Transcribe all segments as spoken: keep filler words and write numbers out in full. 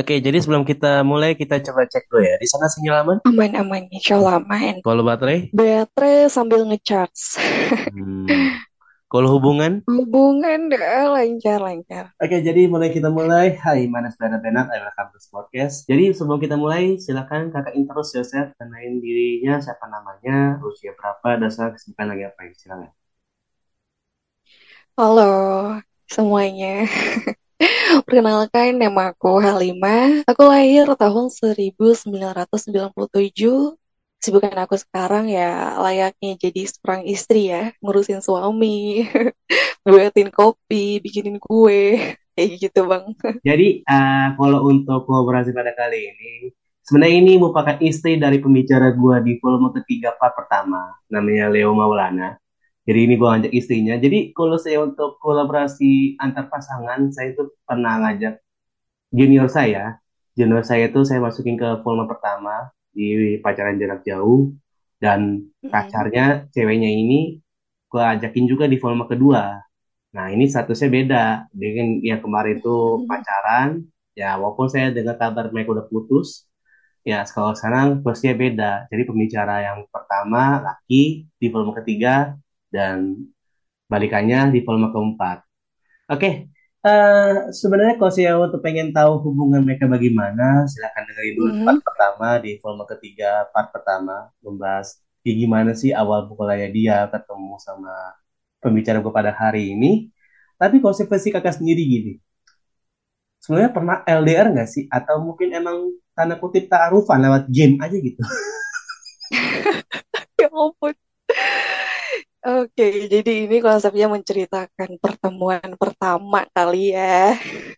Oke, jadi sebelum kita mulai, kita coba cek dulu ya. Di sana sinyal aman? Aman-aman, insya Allah aman. Kalau baterai? Baterai sambil ngecharge. Hmm. Kalau hubungan? Hubungan dah lancar-lancar. Oke, jadi mulai kita mulai. Hai, mana saudara Benat, I welcome to this podcast. Jadi sebelum kita mulai, silakan kakak introduce yourself, kenalin dirinya, siapa namanya, usia berapa, dasar kesibukan lagi apa, silakan. Halo semuanya. Perkenalkan, nama aku Halimah. Aku lahir tahun seribu sembilan ratus sembilan puluh tujuh. Kesibukan aku sekarang ya layaknya jadi seorang istri ya. Ngurusin suami, buatin kopi, bikinin kue. Kayak gitu bang. Jadi, eh, kalau untuk kolaborasi pada kali ini, sebenarnya ini merupakan istri dari pembicara gua di volume ketiga part pertama, namanya Leo Maulana. Jadi ini gue ngajak istrinya. Jadi kalau saya untuk kolaborasi antar pasangan, saya itu pernah ngajak junior saya. Junior saya itu saya masukin ke volume pertama di pacaran jarak jauh. Dan Mm-mm. pacarnya, ceweknya ini, gue ajakin juga di volume kedua. Nah ini statusnya beda. Dengan yang kemarin itu pacaran, ya walaupun saya dengar kabar mereka udah putus, ya kalau sekarang posisinya beda. Jadi pembicara yang pertama laki di volume ketiga dan balikannya di volume keempat. Oke, eh, sebenarnya kalau saya tuh pengen tahu hubungan mereka bagaimana, silakan dengerin dulu part Mm-mm. pertama di volume ketiga, part pertama membahas kayak gimana sih awal mulanya dia ketemu sama pembicara gue pada hari ini. Tapi kalau versi kakak sendiri gini, sebenarnya pernah L D R nggak sih? Atau mungkin emang tanda kutip ta'arufan lewat game aja gitu? Ya ampun. Oke, jadi ini konsepnya menceritakan pertemuan pertama kali ya.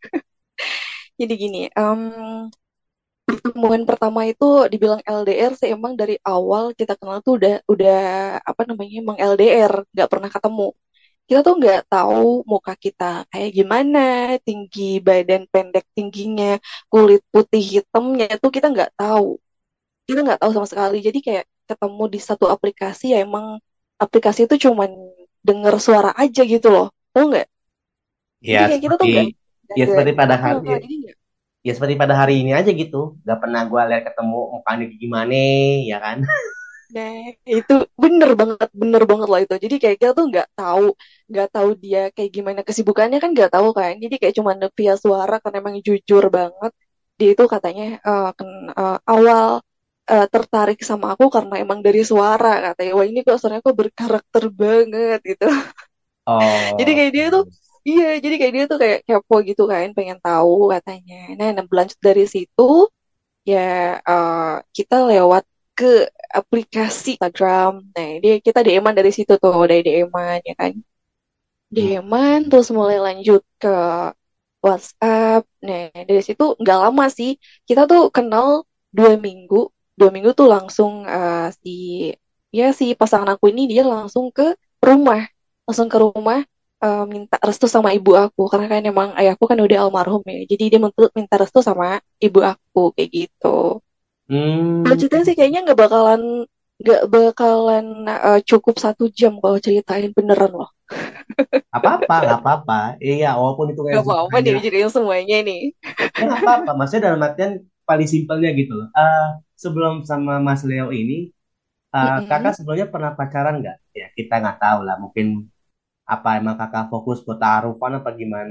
Jadi gini, em, pertemuan pertama itu dibilang L D R sih emang dari awal kita kenal tuh udah udah apa namanya emang L D R, nggak pernah ketemu. Kita tuh nggak tahu muka kita kayak gimana, tinggi badan pendek tingginya, kulit putih hitamnya itu kita nggak tahu. Kita nggak tahu sama sekali. Jadi kayak ketemu di satu aplikasi ya emang aplikasi itu cuman denger suara aja gitu loh. Tahu nggak? Ya Jadi kayak kita seperti tuh nggak nggak ya ada, seperti pada ah, hari ah, jadi nggak. ya seperti pada hari ini aja gitu. Gak pernah gue lihat ketemu mukanya gimana, ya kan? Nah, itu bener banget, bener banget lah itu. Jadi kayak kita tuh nggak tahu, nggak tahu dia kayak gimana kesibukannya kan nggak tahu kan. Jadi kayak cuma via suara kan emang jujur banget. Dia itu katanya eh, ken- eh, awal eh, tertarik sama aku karena emang dari suara katanya. Wah ini kok suaranya kok berkarakter banget gitu. Jadi Oh, kayak dia tuh, iya, jadi kayak dia tuh kayak kepo gitu kan, pengen tahu katanya. Nah, nah berlanjut dari situ ya eh, kita lewat ke aplikasi Instagram. Nah, dia kita D M-an dari situ tuh, dari D M-an ya kan. hmm. D M-an terus mulai lanjut ke WhatsApp. Nah, dari situ nggak lama sih. Kita tuh kenal dua minggu. Dua minggu tuh langsung eh, si ya si pasangan aku ini dia langsung ke rumah, langsung ke rumah eh, minta restu sama ibu aku karena kan emang ayahku kan udah almarhum ya. Jadi dia minta minta restu sama ibu aku kayak gitu. Kalau Hmm, ceritain sih kayaknya nggak bakalan nggak bakalan eh, cukup satu jam kalau ceritain beneran loh. apa-apa, nggak apa-apa. Iya, walaupun itu kayak Gak apa-apa semuanya, nih ceritain semuanya nih. ya nggak apa-apa. Maksudnya dalam artian paling simpelnya gitu loh. Eh, sebelum sama Mas Leo ini, eh, kakak Mm-mm. sebelumnya pernah pacaran nggak? Ya kita nggak tahu lah. Mungkin apa emang kakak fokus ke taarufan apa gimana?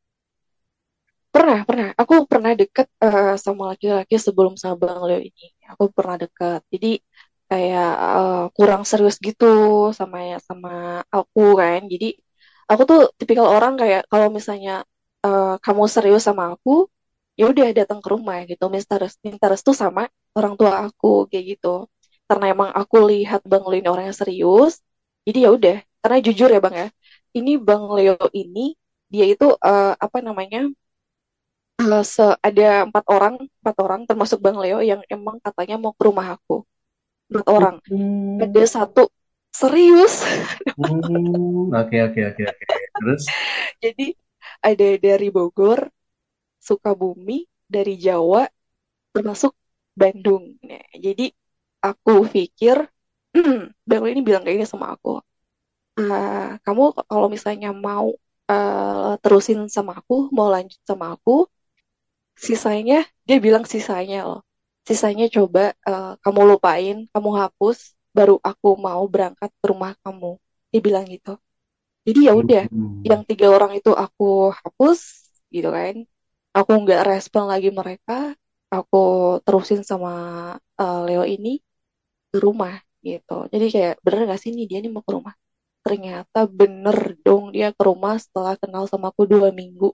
Pernah, pernah. Aku pernah deket eh, sama laki-laki sebelum sama Bang Leo ini. Aku pernah deket. Jadi kayak eh, kurang serius gitu sama ya sama aku kan. Jadi aku tuh tipikal orang kayak kalau misalnya eh, kamu serius sama aku, ya udah datang ke rumah gitu. Minta restu, minta restu sama orang tua aku kayak gitu. Karena emang aku lihat Bang Leo ini orang yang serius. Jadi ya udah. Karena jujur ya Bang ya. Ini Bang Leo ini dia itu eh, apa namanya? Eh, se- ada empat orang, empat orang termasuk Bang Leo yang emang katanya mau ke rumah aku. Empat orang. Hmm, Ada satu serius. hmm, oke oke oke oke. Terus, Jadi ada dari Bogor, Sukabumi, dari Jawa, termasuk Bandung. Nah, jadi aku pikir Bang Leo ini bilang kayak gini sama aku. "Ah, kamu kalau misalnya mau eh, terusin sama aku, mau lanjut sama aku, Sisanya, dia bilang sisanya loh. Sisanya coba eh, kamu lupain, kamu hapus, baru aku mau berangkat ke rumah kamu. Dia bilang gitu. Jadi ya udah, yang Hmm. tiga orang itu aku hapus gitu kan. Aku nggak respon lagi mereka. Aku terusin sama eh, Leo ini ke rumah gitu. Jadi kayak bener gak sih nih dia nih mau ke rumah? Ternyata bener dong dia ke rumah setelah kenal sama aku dua minggu.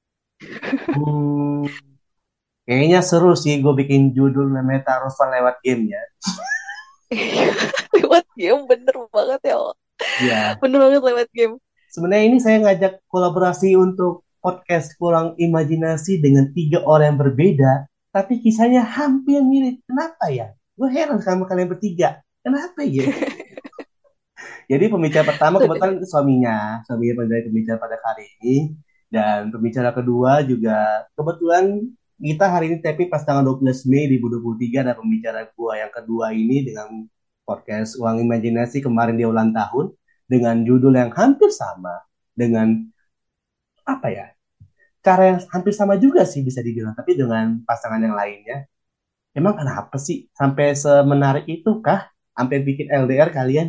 Hmm. Kayaknya seru sih gue bikin judul namanya Taruhan lewat game ya. Lewat game bener banget ya Allah. Iya. Bener banget lewat game. Sebenarnya ini saya ngajak kolaborasi untuk podcast Pulang Imajinasi dengan tiga orang yang berbeda, tapi kisahnya hampir mirip. Kenapa ya? Gue heran sama kalian bertiga. Kenapa ya? Jadi pembicara pertama Udah. kebetulan suaminya, suaminya menjadi pembicara pada hari ini, dan pembicara kedua juga kebetulan kita hari ini tapi pas tanggal dua belas Mei dua ribu dua puluh tiga ada pembicara gua yang kedua ini dengan podcast Uang Imajinasi kemarin dia ulang tahun dengan judul yang hampir sama dengan apa ya cara yang hampir sama juga sih bisa dibilang tapi dengan pasangan yang lainnya. Emang kenapa sih sampai semenarik itu kah sampai bikin L D R kalian?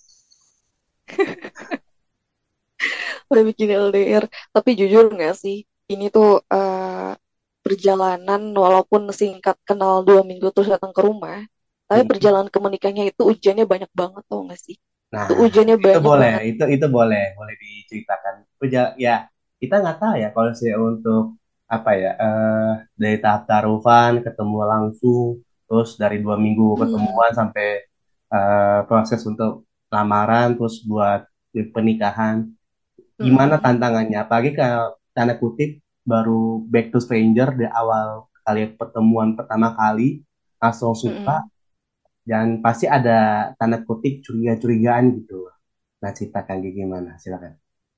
Udah bikin L D R. Tapi jujur nggak sih, ini tuh eh, perjalanan walaupun singkat kenal dua minggu terus datang ke rumah, tapi perjalanan ke menikahnya itu ujiannya banyak banget tau nggak sih? Itu Nah, ujiannya itu banyak boleh, banget. itu itu boleh, boleh diceritakan. Perja- Ya, kita nggak tahu ya kalau sih untuk apa ya, eh, dari tahap taruhan ketemu langsung, terus dari dua minggu Hmm, ketemuan sampai eh, proses untuk lamaran, terus buat pernikahan. Gimana mm-mm, tantangannya? Apalagi kalau tanda kutip baru back to stranger di awal kali pertemuan pertama kali langsung suka mm-mm. dan pasti ada tanda kutip curiga-curigaan gitu. Nah, ceritakan kayak gimana? Silakan.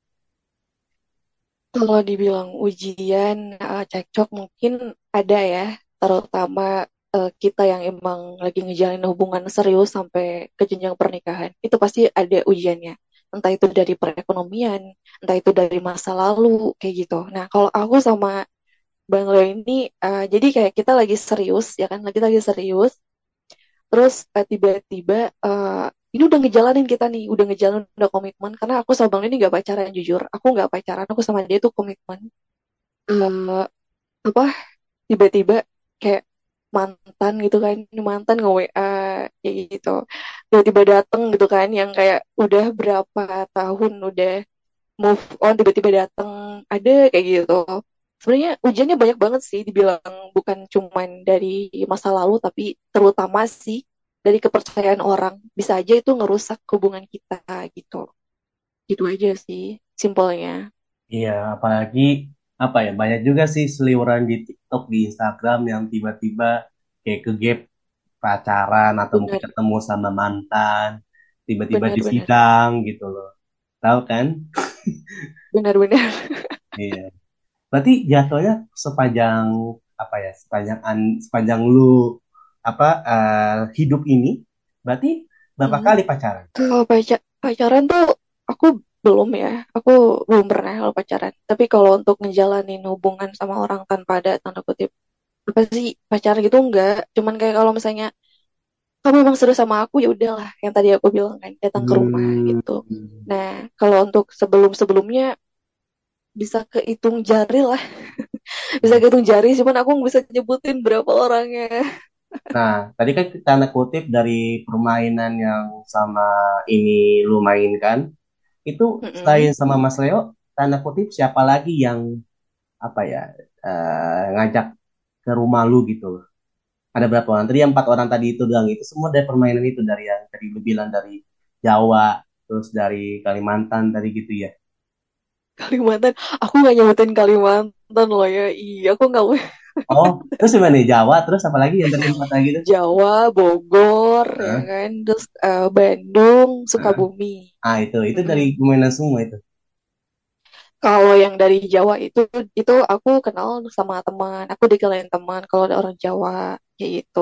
Kalau dibilang ujian, eh, cekcok mungkin ada ya, terutama eh, kita yang emang lagi ngejalin hubungan serius sampai ke jenjang pernikahan. Itu pasti ada ujiannya. Entah itu dari perekonomian, entah itu dari masa lalu, kayak gitu. Nah, kalau aku sama Bang Leo ini, eh, jadi kayak kita lagi serius, ya kan? Kita lagi serius, terus eh, tiba-tiba eh, ini udah ngejalanin kita nih, udah ngejalanin, udah komitmen. Karena aku sama Bang Leo ini gak pacaran, jujur. Aku nggak pacaran, aku sama dia tuh komitmen. Eh, apa tiba-tiba kayak mantan gitu kan, mantan nge W A kayak gitu, tiba-tiba dateng gitu kan, yang kayak udah berapa tahun udah move on tiba-tiba dateng, ada kayak gitu. Sebenarnya ujiannya banyak banget sih, dibilang bukan cuman dari masa lalu tapi terutama sih dari kepercayaan orang, bisa aja itu ngerusak hubungan kita gitu. Gitu aja sih simpelnya. Iya, apalagi apa ya? Banyak juga sih seliweran di TikTok, di Instagram yang tiba-tiba kayak ke gap pacaran atau mungkin Benar, ketemu sama mantan, tiba-tiba benar, di benar, sidang gitu loh. Tahu kan? benar, benar. Iya. Berarti jatuhnya sepanjang apa ya? Sepanjang an, sepanjang lu apa eh, hidup ini, berarti berapa Hmm. kali pacaran? Kalau paca- pacaran tuh aku belum ya, aku belum pernah kalau pacaran. Tapi kalau untuk ngejalanin hubungan sama orang tanpa ada tanda kutip apa sih pacaran gitu enggak. Cuman kayak kalau misalnya kamu memang serius sama aku ya udahlah, yang tadi aku bilang kan datang ke rumah Hmm. gitu. Nah, kalau untuk sebelum-sebelumnya bisa kehitung jari lah, bisa kehitung jari. Cuman aku nggak bisa nyebutin berapa orangnya. Nah, tadi kan tanda kutip dari permainan yang sama ini lu mainkan, itu Mm-mm. selain sama Mas Leo, tanda kutip siapa lagi yang apa ya eh, ngajak ke rumah lu gitu? Ada berapa orang? Tadi yang empat orang tadi itu doang itu semua dari permainan itu dari yang tadi lu bilang dari Jawa, terus dari Kalimantan tadi gitu ya. Kalimantan, aku nggak nyebutin Kalimantan loh ya. Iya, aku nggak. Oh, terus gimana nih Jawa, terus apa lagi yang tadi empat lagi itu? Jawa, Bogor, ya Hah? kan, terus eh, Bandung, Hah? Sukabumi. Ah itu, itu dari Mm-mm. permainan semua itu. Kalau yang dari Jawa itu, itu aku kenal sama teman, aku dikenalin teman. Kalau ada orang Jawa, kayak gitu.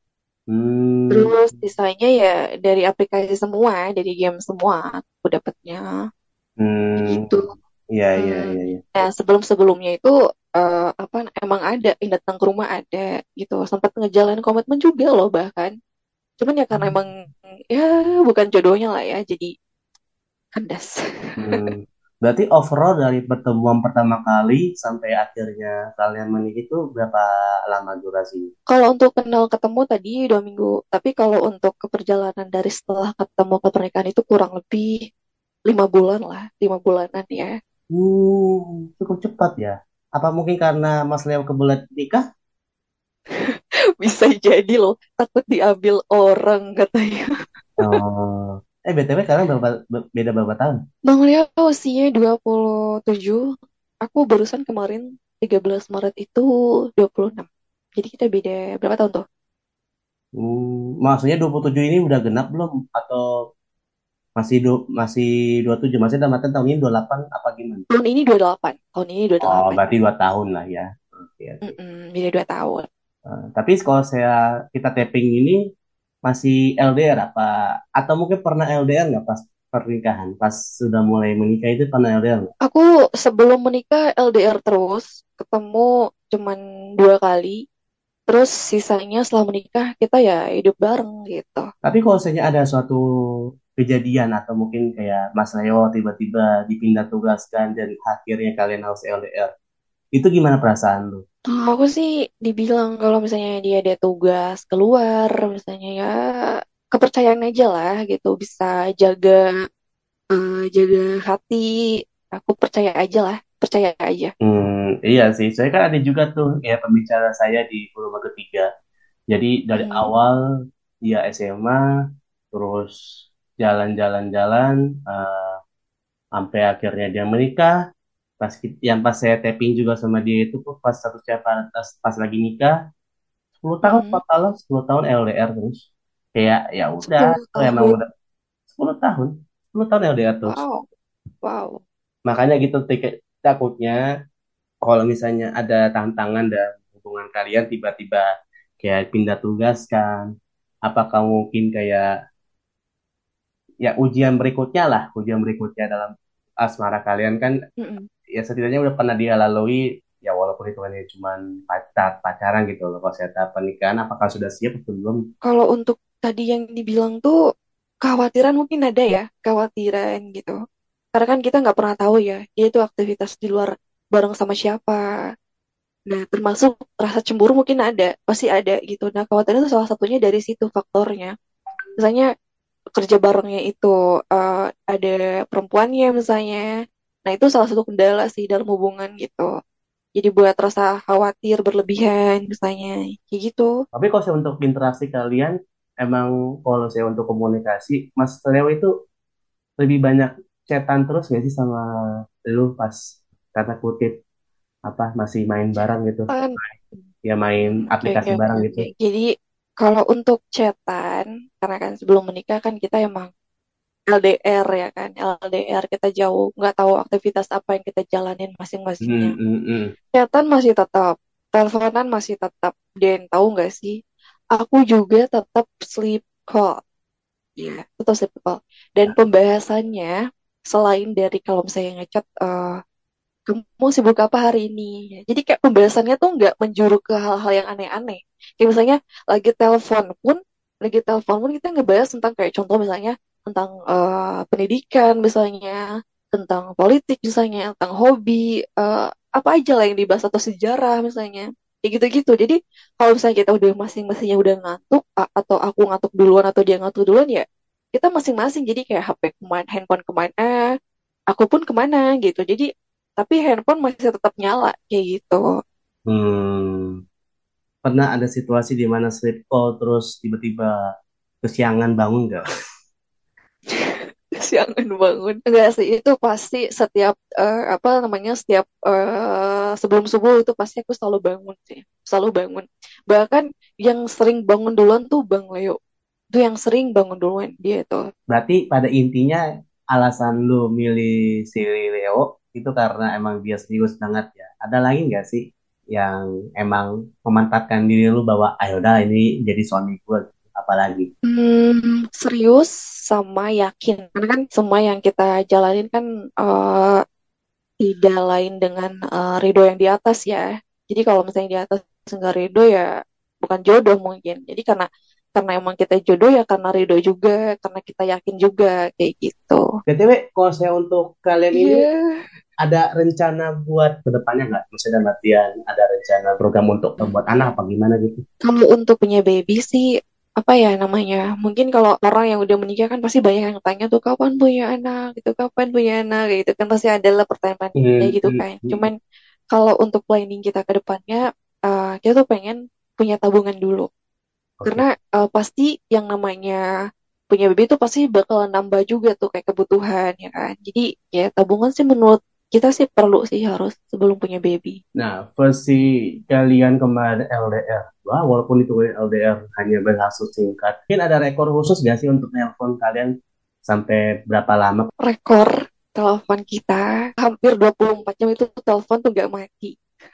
Hmm. Terus sisanya ya dari aplikasi semua, dari game semua, aku dapetnya, kayak Hmm. gitu. Iya, iya, Hmm, iya, iya. nah sebelum-sebelumnya itu eh, apa emang ada yang datang ke rumah ada gitu, sempat ngejalanin komitmen juga loh bahkan. Cuman ya karena emang ya bukan jodohnya lah ya, jadi kandas. Hmm. Berarti overall dari pertemuan pertama kali sampai akhirnya kalian menikah itu berapa lama durasinya? Kalau untuk kenal ketemu tadi dua minggu, tapi kalau untuk keperjalanan dari setelah ketemu ke pernikahan itu kurang lebih lima bulan lah, lima bulanan ya. Hmm, cukup cepat ya. Apa mungkin karena Mas Leo kebelet nikah? Bisa jadi loh, takut diambil orang katanya. Oh. Eh, B T W kalian berapa, be- beda berapa tahun? Bang Leo usianya dua puluh tujuh. Aku barusan kemarin tiga belas Maret itu dua puluh enam. Jadi kita beda berapa tahun tuh? Hmm, maksudnya dua puluh tujuh ini udah genap belum? Atau masih du, masih dua puluh tujuh? Masih dalam artian tahun ini dua puluh delapan apa gimana? Tahun ini dua puluh delapan. Tahun ini Oh, dua puluh delapan. berarti dua tahun lah ya. Oke, oke. Mm-mm, beda dua tahun. Eh, tapi kalau saya kita tapping ini masih L D R apa? Atau mungkin pernah L D R nggak pas pernikahan? Pas sudah mulai menikah itu pernah L D R nggak? Aku sebelum menikah L D R terus, ketemu cuman dua kali. Terus sisanya setelah menikah kita ya hidup bareng gitu. Tapi kalau misalnya ada suatu kejadian atau mungkin kayak Mas Leo tiba-tiba dipindah tugaskan dan akhirnya kalian harus L D R, itu gimana perasaan lu? Kalau aku sih dibilang kalau misalnya dia ada tugas keluar, misalnya ya kepercayaan aja lah gitu, bisa jaga eh, jaga hati. Aku percaya aja lah, percaya aja. Hmm, iya sih. Saya kan ada juga tuh ya pembicara saya di Purba Ketiga. Jadi dari Mm, awal dia S M A, terus jalan-jalan-jalan, eh, sampai akhirnya dia menikah. Pas ki- yang pas saya tapping juga sama dia itu tuh pas satu siapa pas, pas lagi nikah, sepuluh tahun mm-mm. total, sepuluh tahun L D R terus. Kayak ya udah, sepuluh itu emang tahun. udah sepuluh tahun, sepuluh tahun L D R terus. Wow, wow. Makanya gitu tik- takutnya kalau misalnya ada tantangan dan hubungan kalian tiba-tiba kayak pindah tugas kan, apakah mungkin kayak ya ujian berikutnya lah, ujian berikutnya dalam asmara kalian kan Mm-mm. ya setidaknya udah pernah dia lalui ya walaupun itu hanya cuma pacar pacaran gitu loh. Kalau saya tahap pernikahan apakah sudah siap atau belum? Kalau untuk tadi yang dibilang tuh kekhawatiran mungkin ada ya, kekhawatiran gitu. Karena kan kita nggak pernah tahu ya, dia itu aktivitas di luar bareng sama siapa. Nah, termasuk rasa cemburu mungkin ada, pasti ada gitu. Nah, kekhawatiran itu salah satunya dari situ faktornya. Misalnya kerja barengnya itu eh, ada perempuannya misalnya. Nah, itu salah satu kendala sih dalam hubungan gitu. Jadi buat rasa khawatir berlebihan misalnya, kayak gitu. Tapi kalau saya untuk interaksi kalian emang kalau saya untuk komunikasi Mas Leo itu lebih banyak chatan terus nggak sih sama lu pas kata kutip apa masih main bareng gitu Kan, ya main hmm, oke oke aplikasi oke bareng gitu. oke. Jadi kalau untuk chatan, karena kan sebelum menikah kan kita emang L D R ya kan, L D R kita jauh, nggak tahu aktivitas apa yang kita jalanin masing-masingnya. Hmm, hmm, hmm. Chatan masih tetap, teleponan masih tetap. Dan tahu nggak sih, aku juga tetap sleep call, ya, tetap sleep call. Dan pembahasannya selain dari kalau misalnya ngechat, eh, kamu sibuk apa hari ini? Jadi kayak pembahasannya tuh nggak menjuru ke hal-hal yang aneh-aneh. Kayak misalnya lagi telepon pun, lagi telepon pun kita ngebahas tentang kayak contoh misalnya tentang eh, pendidikan misalnya, tentang politik misalnya, tentang hobi, eh, apa aja lah yang dibahas atau sejarah misalnya. Kayak gitu-gitu. Jadi kalau misalnya kita udah masing-masingnya udah ngantuk a- atau aku ngantuk duluan atau dia ngantuk duluan ya kita masing-masing jadi kayak H P kemana, handphone kemana, aku pun kemana gitu. Jadi tapi handphone masih tetap nyala kayak gitu. Hmm. Pernah ada situasi di mana sleep call terus tiba-tiba kesiangan bangun nggak? Siangan bangun. Enggak sih, itu pasti setiap eh, apa namanya setiap eh, sebelum subuh itu pasti aku selalu bangun sih. Selalu bangun. Bahkan yang sering bangun duluan tuh Bang Leo. Itu yang sering bangun duluan dia itu. Berarti pada intinya alasan lu milih si Leo itu karena emang dia serius banget ya. Ada lagi nggak sih yang emang memantapkan diri lu bahwa ayo dah ini jadi suami gue apalagi? Hmm, serius sama yakin. Karena kan semua yang kita jalanin kan eh, tidak lain dengan eh, ridho yang di atas ya. Jadi kalau misalnya di atas nggak ridho ya bukan jodoh mungkin. Jadi karena karena emang kita jodoh ya karena ridho juga, karena kita yakin juga kayak gitu. B T W, kalau saya untuk kalian ini Iya. ada rencana buat kedepannya nggak? Misalnya dalam artian ada rencana program untuk membuat anak apa gimana gitu? Kalau untuk punya baby sih apa ya namanya? Mungkin kalau orang yang udah menikah kan pasti banyak yang tanya tuh kapan punya anak, gitu kapan punya anak, kayak gitu kan pasti adalah pertanyaan kayak Hmm, gitu hmm, kan. hmm. Cuman kalau untuk planning kita ke depannya, eh, kita tuh pengen punya tabungan dulu. Karena Oke. eh, pasti yang namanya punya baby itu pasti bakal nambah juga tuh kayak kebutuhan ya kan. Jadi ya tabungan sih menurut kita sih perlu sih harus sebelum punya baby. Nah, versi kalian kemarin L D R, wah, walaupun itu L D R hanya berlangsung singkat, mungkin ada rekor khusus nggak sih untuk nelpon kalian sampai berapa lama? Rekor telepon kita hampir dua puluh empat jam itu telepon tuh gak mati.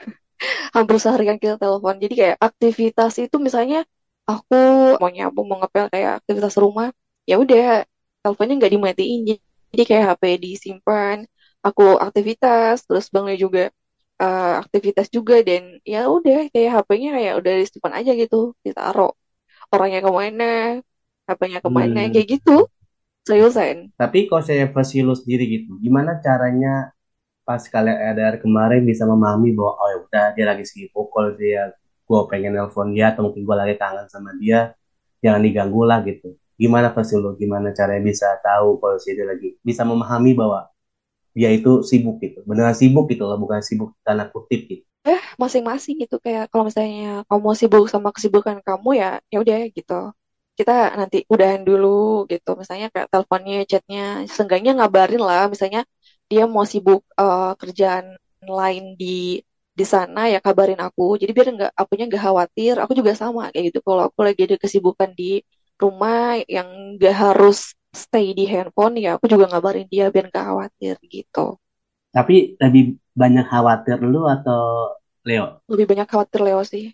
Hampir seharian kita telepon. Jadi kayak aktivitas itu misalnya aku mau nyapu, mau ngepel kayak aktivitas rumah, ya udah teleponnya nggak dimatiin. Jadi kayak H P disimpan, aku aktivitas, terus bangnya juga eh, aktivitas juga dan ya udah kayak H P-nya kayak udah disimpan aja gitu, ditaruh orangnya kemana, H P-nya kemana, Hmm. kayak gitu, seriusan. Tapi kalau saya versi lu sendiri gitu, gimana caranya pas kalian L D R kemarin bisa memahami bahwa oh ya udah dia lagi sibuk, kalau dia gue pengen nelpon dia atau mungkin gue lagi kangen sama dia, jangan diganggu lah gitu. Gimana versi lu? Gimana caranya bisa tahu kalau si dia lagi bisa memahami bahwa dia itu sibuk gitu, beneran sibuk gitu loh, bukan sibuk tanda kutip gitu. Eh, masing-masing gitu kayak kalau misalnya kamu sibuk sama kesibukan kamu ya ya udah gitu kita nanti udahan dulu gitu misalnya kayak teleponnya chatnya seenggaknya ngabarin lah misalnya dia mau sibuk eh, kerjaan lain di di sana ya kabarin aku jadi biar nggak akunya nggak khawatir aku juga sama kayak gitu kalau aku lagi ada kesibukan di rumah yang nggak harus stay di handphone ya aku juga ngabarin dia biar nggak khawatir gitu Tapi lebih banyak khawatir lu atau Leo? lebih banyak khawatir Leo sih.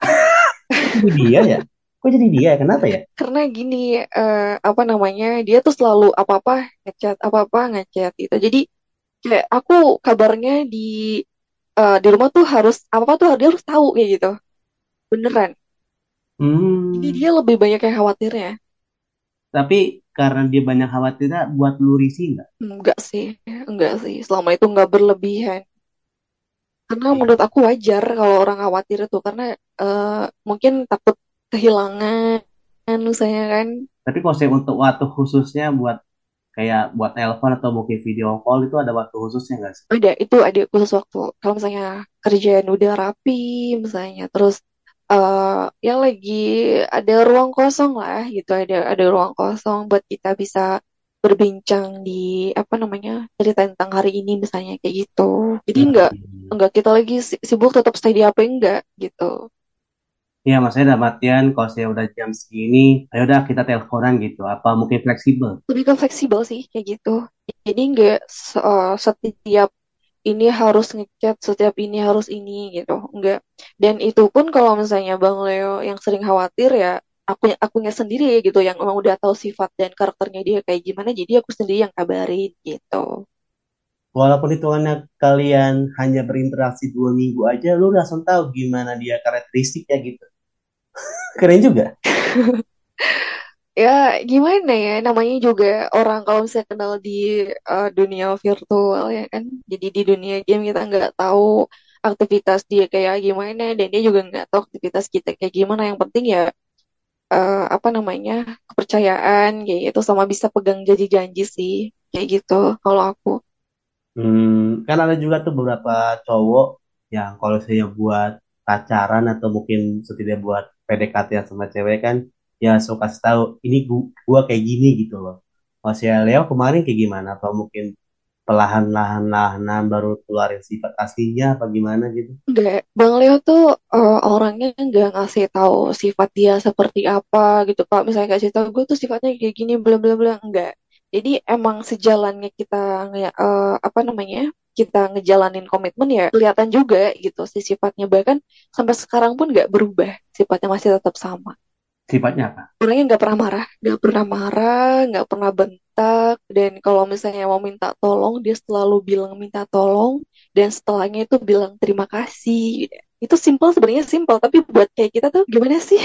Kok jadi dia ya? Kok jadi dia? Kenapa ya? Karena gini, eh, apa namanya, dia tuh selalu apa-apa ngechat, apa-apa ngechat gitu. Jadi kayak aku kabarnya di eh, di rumah tuh harus apa-apa tuh dia harus tahu kayak gitu. Beneran. Jadi Hmm, dia lebih banyak yang khawatirnya. tapi karena dia banyak khawatirnya buat lu risih nggak? Enggak sih, enggak sih. Selama itu enggak berlebihan. Karena Iya. menurut aku wajar kalau orang khawatir itu karena eh, mungkin takut kehilangan misalnya kan. Tapi kalau saya untuk waktu khususnya buat kayak buat telepon atau mungkin video call itu ada waktu khususnya nggak sih? Ada, itu ada khusus waktu. Kalau misalnya kerjaan udah rapi, misalnya, terus eh yang lagi ada ruang kosong lah, gitu, ada ada ruang kosong buat kita bisa berbincang di apa namanya cerita tentang hari ini misalnya kayak gitu. Jadi enggak Hmm. enggak kita lagi si- sibuk tetap stay di H P enggak gitu. Iya, maksudnya dalam artian kalau saya udah jam segini, ayo udah kita teleponan gitu. Apa mungkin fleksibel? Lebih ke fleksibel sih kayak gitu. Jadi enggak se- eh, setiap ini harus ngechat, setiap ini harus ini gitu. Enggak. Dan itu pun kalau misalnya Bang Leo yang sering khawatir ya aku akunya sendiri gitu yang emang udah tahu sifat dan karakternya dia kayak gimana jadi aku sendiri yang kabarin gitu. Walaupun hitungannya kalian hanya berinteraksi dua minggu aja, lu langsung tahu gimana dia karakteristiknya gitu. Keren juga. Ya gimana ya namanya juga orang kalau misalnya kenal di eh, dunia virtual ya kan. Jadi di dunia game kita nggak tahu aktivitas dia kayak gimana dan dia juga nggak tahu aktivitas kita kayak gimana. Yang penting ya eh, apa namanya kepercayaan kayak gitu sama bisa pegang janji-janji sih kayak gitu kalau aku. Hmm, kan ada juga tuh beberapa cowok yang kalau saya buat pacaran atau mungkin setidaknya buat P D K T sama cewek kan, ya suka kasih tahu ini gua, gua kayak gini gitu loh. Kalau saya Leo kemarin kayak gimana? Atau mungkin perlahan-lahan baru keluarin sifat aslinya apa gimana gitu? Enggak, Bang Leo tuh eh, orangnya nggak ngasih tahu sifat dia seperti apa gitu. Kalau misalnya kasih tahu gue tuh sifatnya kayak gini, bla bla bla, enggak. Jadi emang sejalannya kita nge- eh, apa namanya kita ngejalanin komitmen ya kelihatan juga gitu si sifatnya bahkan sampai sekarang pun nggak berubah, sifatnya masih tetap sama. Sifatnya apa? Orangnya nggak pernah marah, nggak pernah marah, nggak pernah bentak kontak, dan kalau misalnya mau minta tolong dia selalu bilang minta tolong, dan setelahnya itu bilang terima kasih. Itu simple, sebenarnya simple, tapi buat kayak kita tuh gimana sih?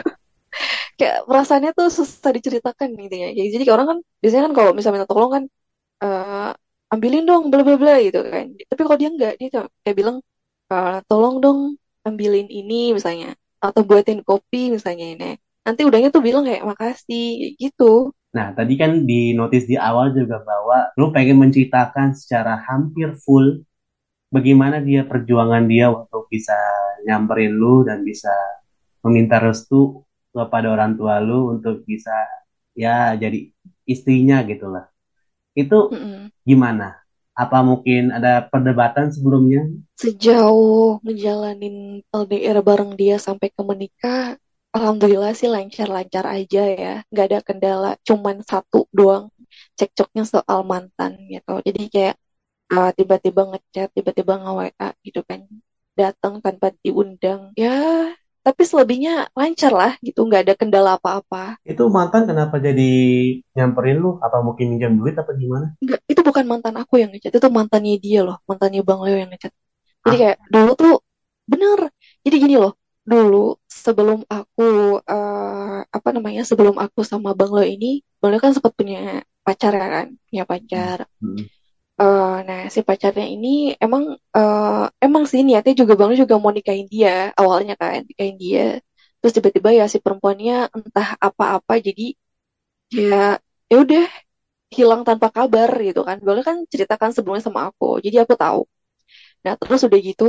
Kayak perasaannya tuh susah diceritakan intinya. Kayak jadi kayak orang kan biasanya kan kalau misalnya minta tolong kan, eh, ambilin dong bla bla bla gitu kan. Tapi kalau dia enggak, dia tuh kayak bilang, "Eh, tolong dong ambilin ini misalnya, atau buatin kopi misalnya ini." Nanti udahnya tuh bilang kayak makasih kayak gitu. Nah, tadi kan di notis di awal juga bahwa lu pengen menceritakan secara hampir full bagaimana dia perjuangan dia untuk bisa nyamperin lu dan bisa meminta restu kepada orang tua lu untuk bisa ya jadi istrinya gitu lah. Itu Mm-mm. gimana? Apa mungkin ada perdebatan sebelumnya? Sejauh ngejalanin L D R bareng dia sampai ke menikah, alhamdulillah sih lancar-lancar aja ya. Nggak ada kendala, cuman satu doang cekcoknya soal mantan gitu. Jadi kayak, uh, tiba-tiba ngechat, tiba-tiba nge-W A gitu kan. Datang tanpa diundang. Ya, tapi selebihnya lancar lah gitu, nggak ada kendala apa-apa. Itu mantan kenapa jadi nyamperin lu? Apa mungkin minjam duit apa gimana? Enggak, itu bukan mantan aku yang ngechat, itu mantannya dia loh, mantannya Bang Leo yang ngechat. Jadi Ah, kayak dulu tuh bener. Jadi gini loh, dulu sebelum aku, eh, apa namanya, sebelum aku sama Bang Leo ini, Bang Leo kan sempat punya pacar ya kan, punya pacar. hmm. Eh, nah si pacarnya ini emang, eh, emang sih niatnya juga Bang Leo juga mau nikahin dia awalnya kan, nikahin dia. Terus tiba-tiba ya si perempuannya entah apa-apa, jadi ya ya udah hilang tanpa kabar gitu kan. Bang Leo kan ceritakan sebelumnya sama aku, jadi aku tahu. Nah terus udah gitu,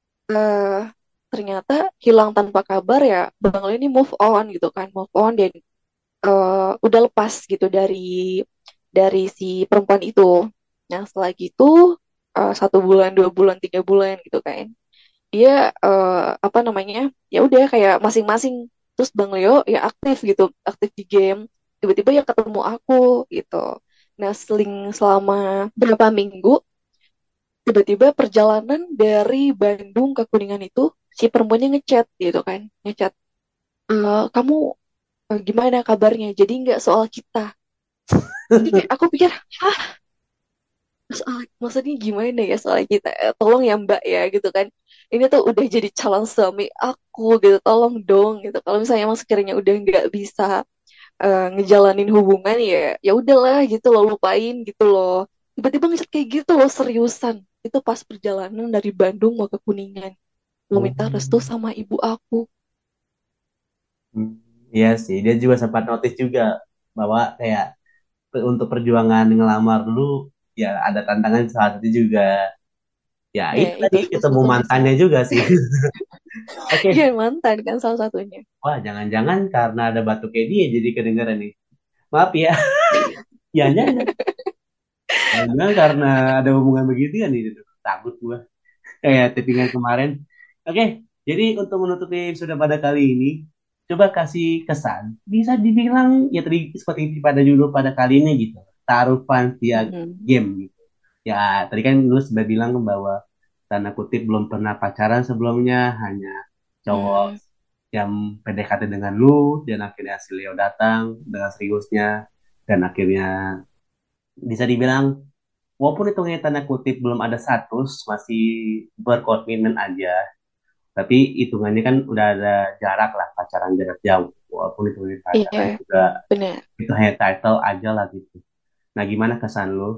eh, ternyata hilang tanpa kabar ya, Bang Leo ini move on gitu kan, move on dan, eh, udah lepas gitu dari dari si perempuan itu. Nah setelah gitu, eh, satu bulan, dua bulan, tiga bulan gitu kan, dia, eh, apa namanya, ya udah kayak masing-masing. Terus Bang Leo ya aktif gitu, aktif di game. Tiba-tiba ya ketemu aku gitu. Nah seling selama berapa minggu, tiba-tiba perjalanan dari Bandung ke Kuningan itu si perempuannya ngechat gitu kan, ngechat, "Eh, kamu, eh, gimana kabarnya, jadi nggak soal kita." Jadi kayak aku pikir, hah, soal maksudnya gimana ya soal kita. Eh, tolong ya Mbak ya gitu kan, ini tuh udah jadi calon suami aku gitu, tolong dong gitu. Kalau misalnya emang sekiranya udah nggak bisa, eh, ngejalanin hubungan, ya ya udahlah gitu loh, lupain gitu loh. Tiba-tiba ngechat kayak gitu loh, seriusan. Itu pas perjalanan dari Bandung mau ke Kuningan, mau Oh, minta restu sama ibu aku. hmm. Iya sih, dia juga sempat notice juga bahwa kayak pe- untuk perjuangan ngelamar dulu ya ada tantangan saat itu juga. Ya Ya itu itu tadi salah ketemu satunya sih. mantannya juga sih. Iya Oke, mantan kan salah satunya. wah jangan-jangan karena ada batu kayak dia jadi kedengeran nih. Maaf ya, ya jangan. Jangan karena ada hubungan begitu ya nih, takut gua. Kayak tippingan kemarin. Oke, jadi untuk menutupi sudah pada kali ini, coba kasih kesan. Bisa dibilang ya tadi seperti pada judul pada kali ini gitu. Taruhan via Mm-mm. game gitu. Ya tadi kan lu sudah bilang bahwa tanda kutip belum pernah pacaran sebelumnya, hanya cowok Mm. yang P D K T dengan lu dan akhirnya si Leo datang dengan seriusnya dan akhirnya bisa dibilang walaupun hitungnya tanda kutip belum ada status masih berkomitmen aja tapi hitungannya kan udah ada jarak lah pacaran jarak jauh walaupun hitungannya pacaran Iya, juga benar. itu hanya title aja lah gitu. Nah gimana kesan lu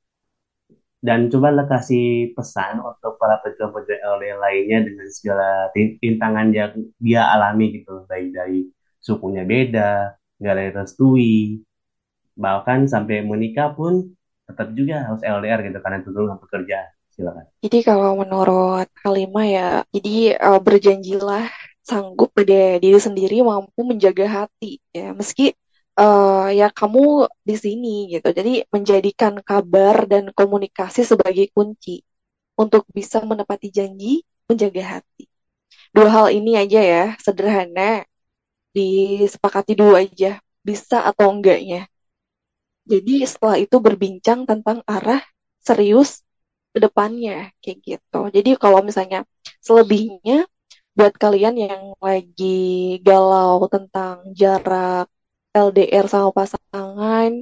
dan coba lah kasih pesan untuk para pejuang-pejuang L D R lainnya dengan segala rintangan yang dia alami gitu baik dari sukunya beda nggak direstui bahkan sampai menikah pun tetap juga harus L D R gitu karena itu dulu pekerjaan. Silakan. Jadi kalau menurut Halimah ya, jadi, eh, berjanjilah sanggup pada diri sendiri mampu menjaga hati ya, meski, eh, ya kamu di sini gitu. Jadi menjadikan kabar dan komunikasi sebagai kunci untuk bisa menepati janji, menjaga hati. Dua hal ini aja ya, sederhana, disepakati dulu aja, bisa atau enggaknya. Jadi setelah itu berbincang tentang arah serius ke depannya, kayak gitu. Jadi kalau misalnya selebihnya, buat kalian yang lagi galau tentang jarak L D R sama pasangan,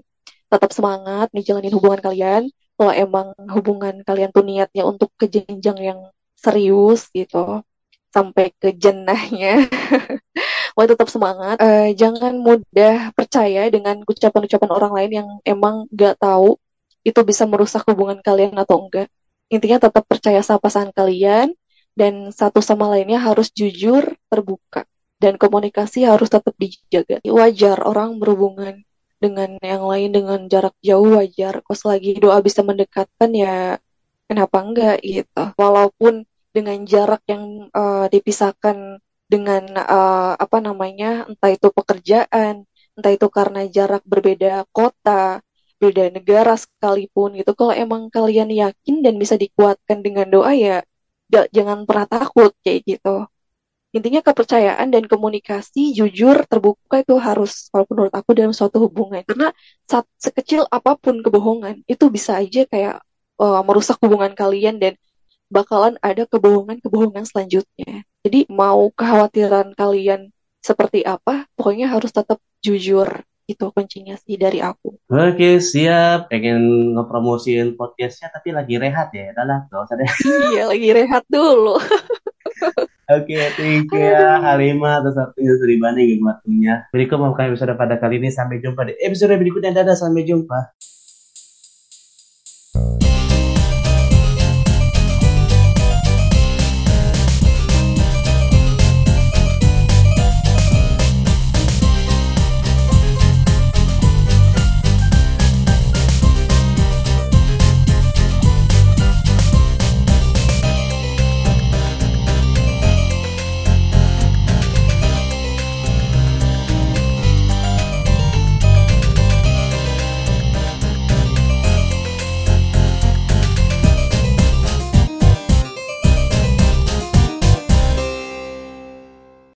tetap semangat nih hubungan kalian. Kalau emang hubungan kalian tuh niatnya untuk ke jenjang yang serius gitu, sampai ke jenahnya, Wah tetap semangat. Eh, jangan mudah percaya dengan ucapan-ucapan orang lain yang emang gak tahu itu bisa merusak hubungan kalian atau enggak. Intinya tetap percaya sama pasangan kalian dan satu sama lainnya harus jujur, terbuka. Dan komunikasi harus tetap dijaga. Wajar orang berhubungan dengan yang lain dengan jarak jauh wajar. Kalau selagi doa bisa mendekatkan ya kenapa enggak gitu. Walaupun dengan jarak yang eh, dipisahkan dengan eh, apa namanya, entah itu pekerjaan, entah itu karena jarak berbeda kota, beda negara sekalipun gitu. Kalau emang kalian yakin dan bisa dikuatkan dengan doa ya ja- jangan pernah takut kayak gitu. Intinya kepercayaan dan komunikasi jujur terbuka itu harus kalau menurut aku dalam suatu hubungan. Karena saat sekecil apapun kebohongan itu bisa aja kayak eh, merusak hubungan kalian dan bakalan ada kebohongan-kebohongan selanjutnya. Jadi mau kekhawatiran kalian seperti apa, pokoknya harus tetap jujur. Itu kuncinya sih dari aku. Oke, siap. Pengen ngepromosiin podcastnya tapi lagi rehat ya. Udah lah, gak usah deh. Iya, lagi rehat dulu. Oke, thank you ya Aduh. Halimah atas waktunya sudah banding waktunya. Berikut mau kami episode pada kali ini. Sampai jumpa di episode berikutnya. Dadah, sampai jumpa.